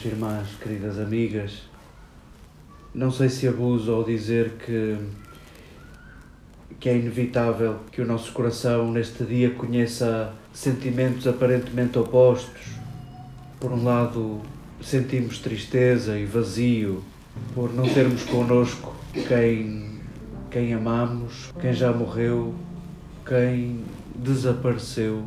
irmãs, queridas amigas, não sei se abuso ao dizer que é inevitável que o nosso coração neste dia conheça sentimentos aparentemente opostos. Por um lado, sentimos tristeza e vazio por não termos connosco quem amamos, quem já morreu, quem desapareceu.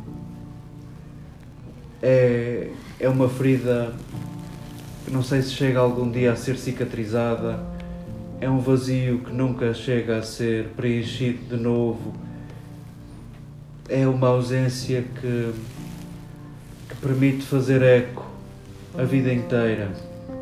É uma ferida que não sei se chega algum dia a ser cicatrizada, é um vazio que nunca chega a ser preenchido de novo, é uma ausência que permite fazer eco a vida inteira.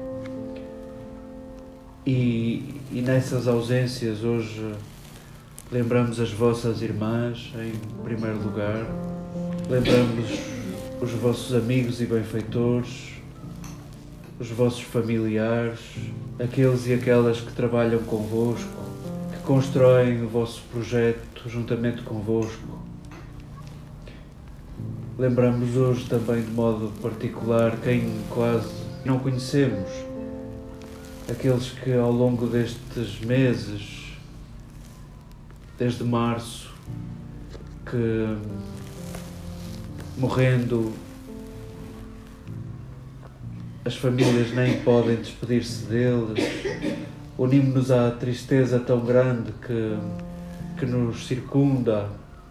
E nessas ausências hoje lembramos as vossas irmãs em primeiro lugar, lembramos os vossos amigos e benfeitores, os vossos familiares, aqueles e aquelas que trabalham convosco, que constroem o vosso projeto juntamente convosco. Lembramos hoje também de modo particular quem quase não conhecemos, aqueles que ao longo destes meses, desde março, que morrendo as famílias nem podem despedir-se deles, unimos-nos à tristeza tão grande que nos circunda.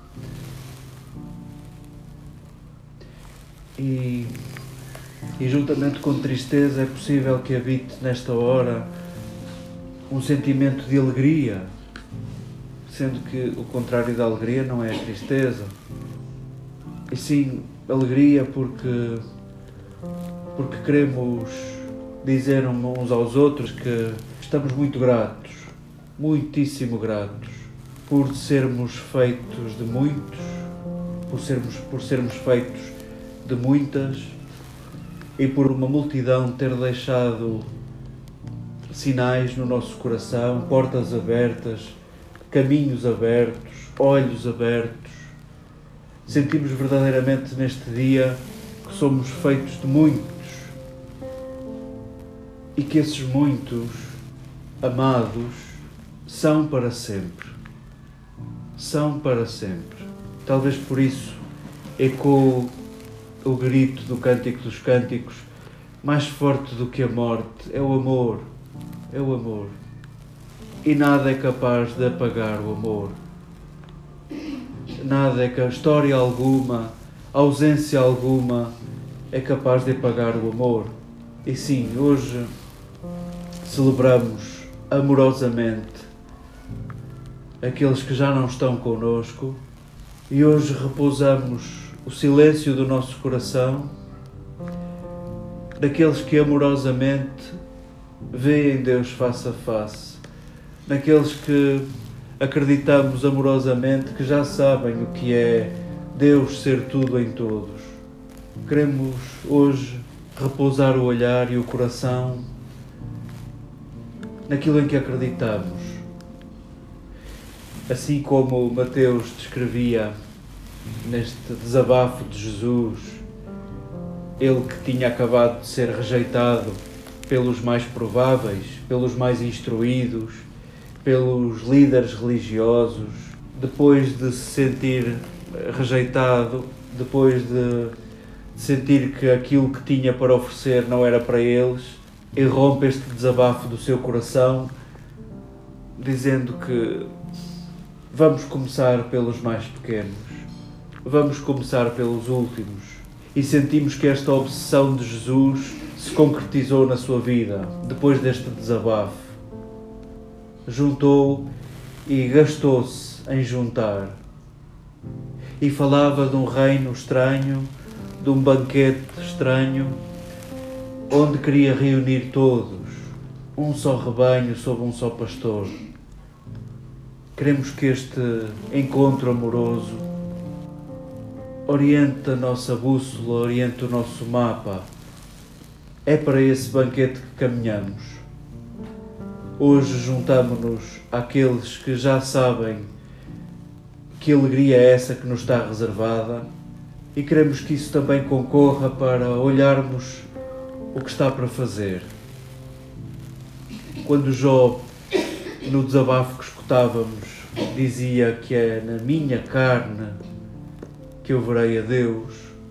E juntamente com tristeza é possível que habite nesta hora um sentimento de alegria, sendo que o contrário da alegria não é a tristeza, e sim alegria porque queremos dizer uns aos outros que estamos muito gratos, muitíssimo gratos, por sermos feitos de muitos, por sermos feitos de muitas, e por uma multidão ter deixado sinais no nosso coração, portas abertas, caminhos abertos, olhos abertos. Sentimos verdadeiramente neste dia que somos feitos de muitos e que esses muitos amados são para sempre. São para sempre. Talvez por isso ecoou o grito do Cântico dos Cânticos: mais forte do que a morte é o amor, é o amor. E nada é capaz de apagar o amor. Nada é que a história alguma, ausência alguma é capaz de apagar o amor. E sim, hoje celebramos amorosamente aqueles que já não estão connosco e hoje repousamos o silêncio do nosso coração daqueles que amorosamente veem Deus face a face, naqueles que acreditamos amorosamente que já sabem o que é Deus ser tudo em todos. Queremos hoje repousar o olhar e o coração naquilo em que acreditamos. Assim como Mateus descrevia neste desabafo de Jesus, ele que tinha acabado de ser rejeitado pelos mais prováveis, pelos mais instruídos, pelos líderes religiosos, depois de se sentir rejeitado, depois de sentir que aquilo que tinha para oferecer não era para eles, ele rompe este desabafo do seu coração, dizendo que vamos começar pelos mais pequenos, vamos começar pelos últimos. E sentimos que esta obsessão de Jesus se concretizou na sua vida, depois deste desabafo. Juntou e gastou-se em juntar. E falava de um reino estranho, de um banquete estranho, onde queria reunir todos, um só rebanho sob um só pastor. Queremos que este encontro amoroso oriente a nossa bússola, oriente o nosso mapa. É para esse banquete que caminhamos. Hoje juntamo-nos àqueles que já sabem que alegria é essa que nos está reservada e queremos que isso também concorra para olharmos o que está para fazer. Quando Jó, no desabafo que escutávamos, dizia que é na minha carne que eu verei a Deus,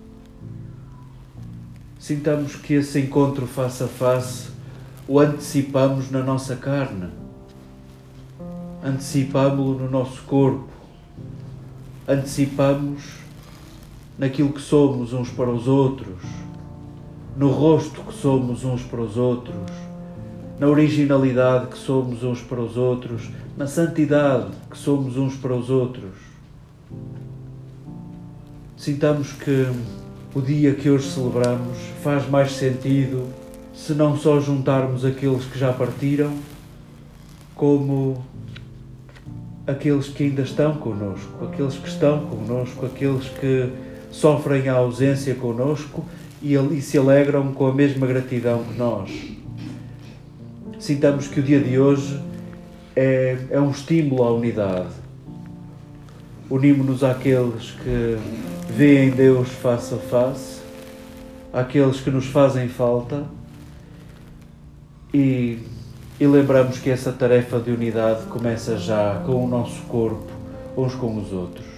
sintamos que esse encontro face a face o antecipamos na nossa carne, antecipamo-lo no nosso corpo, antecipamos naquilo que somos uns para os outros, no rosto que somos uns para os outros, na originalidade que somos uns para os outros, na santidade que somos uns para os outros. Sintamos que o dia que hoje celebramos faz mais sentido se não só juntarmos aqueles que já partiram, como aqueles que ainda estão connosco, aqueles que estão connosco, aqueles que sofrem a ausência connosco e se alegram com a mesma gratidão que nós. Sintamos que o dia de hoje é um estímulo à unidade. Unimos-nos àqueles que veem Deus face a face, àqueles que nos fazem falta e lembramos que essa tarefa de unidade começa já com o nosso corpo, uns com os outros.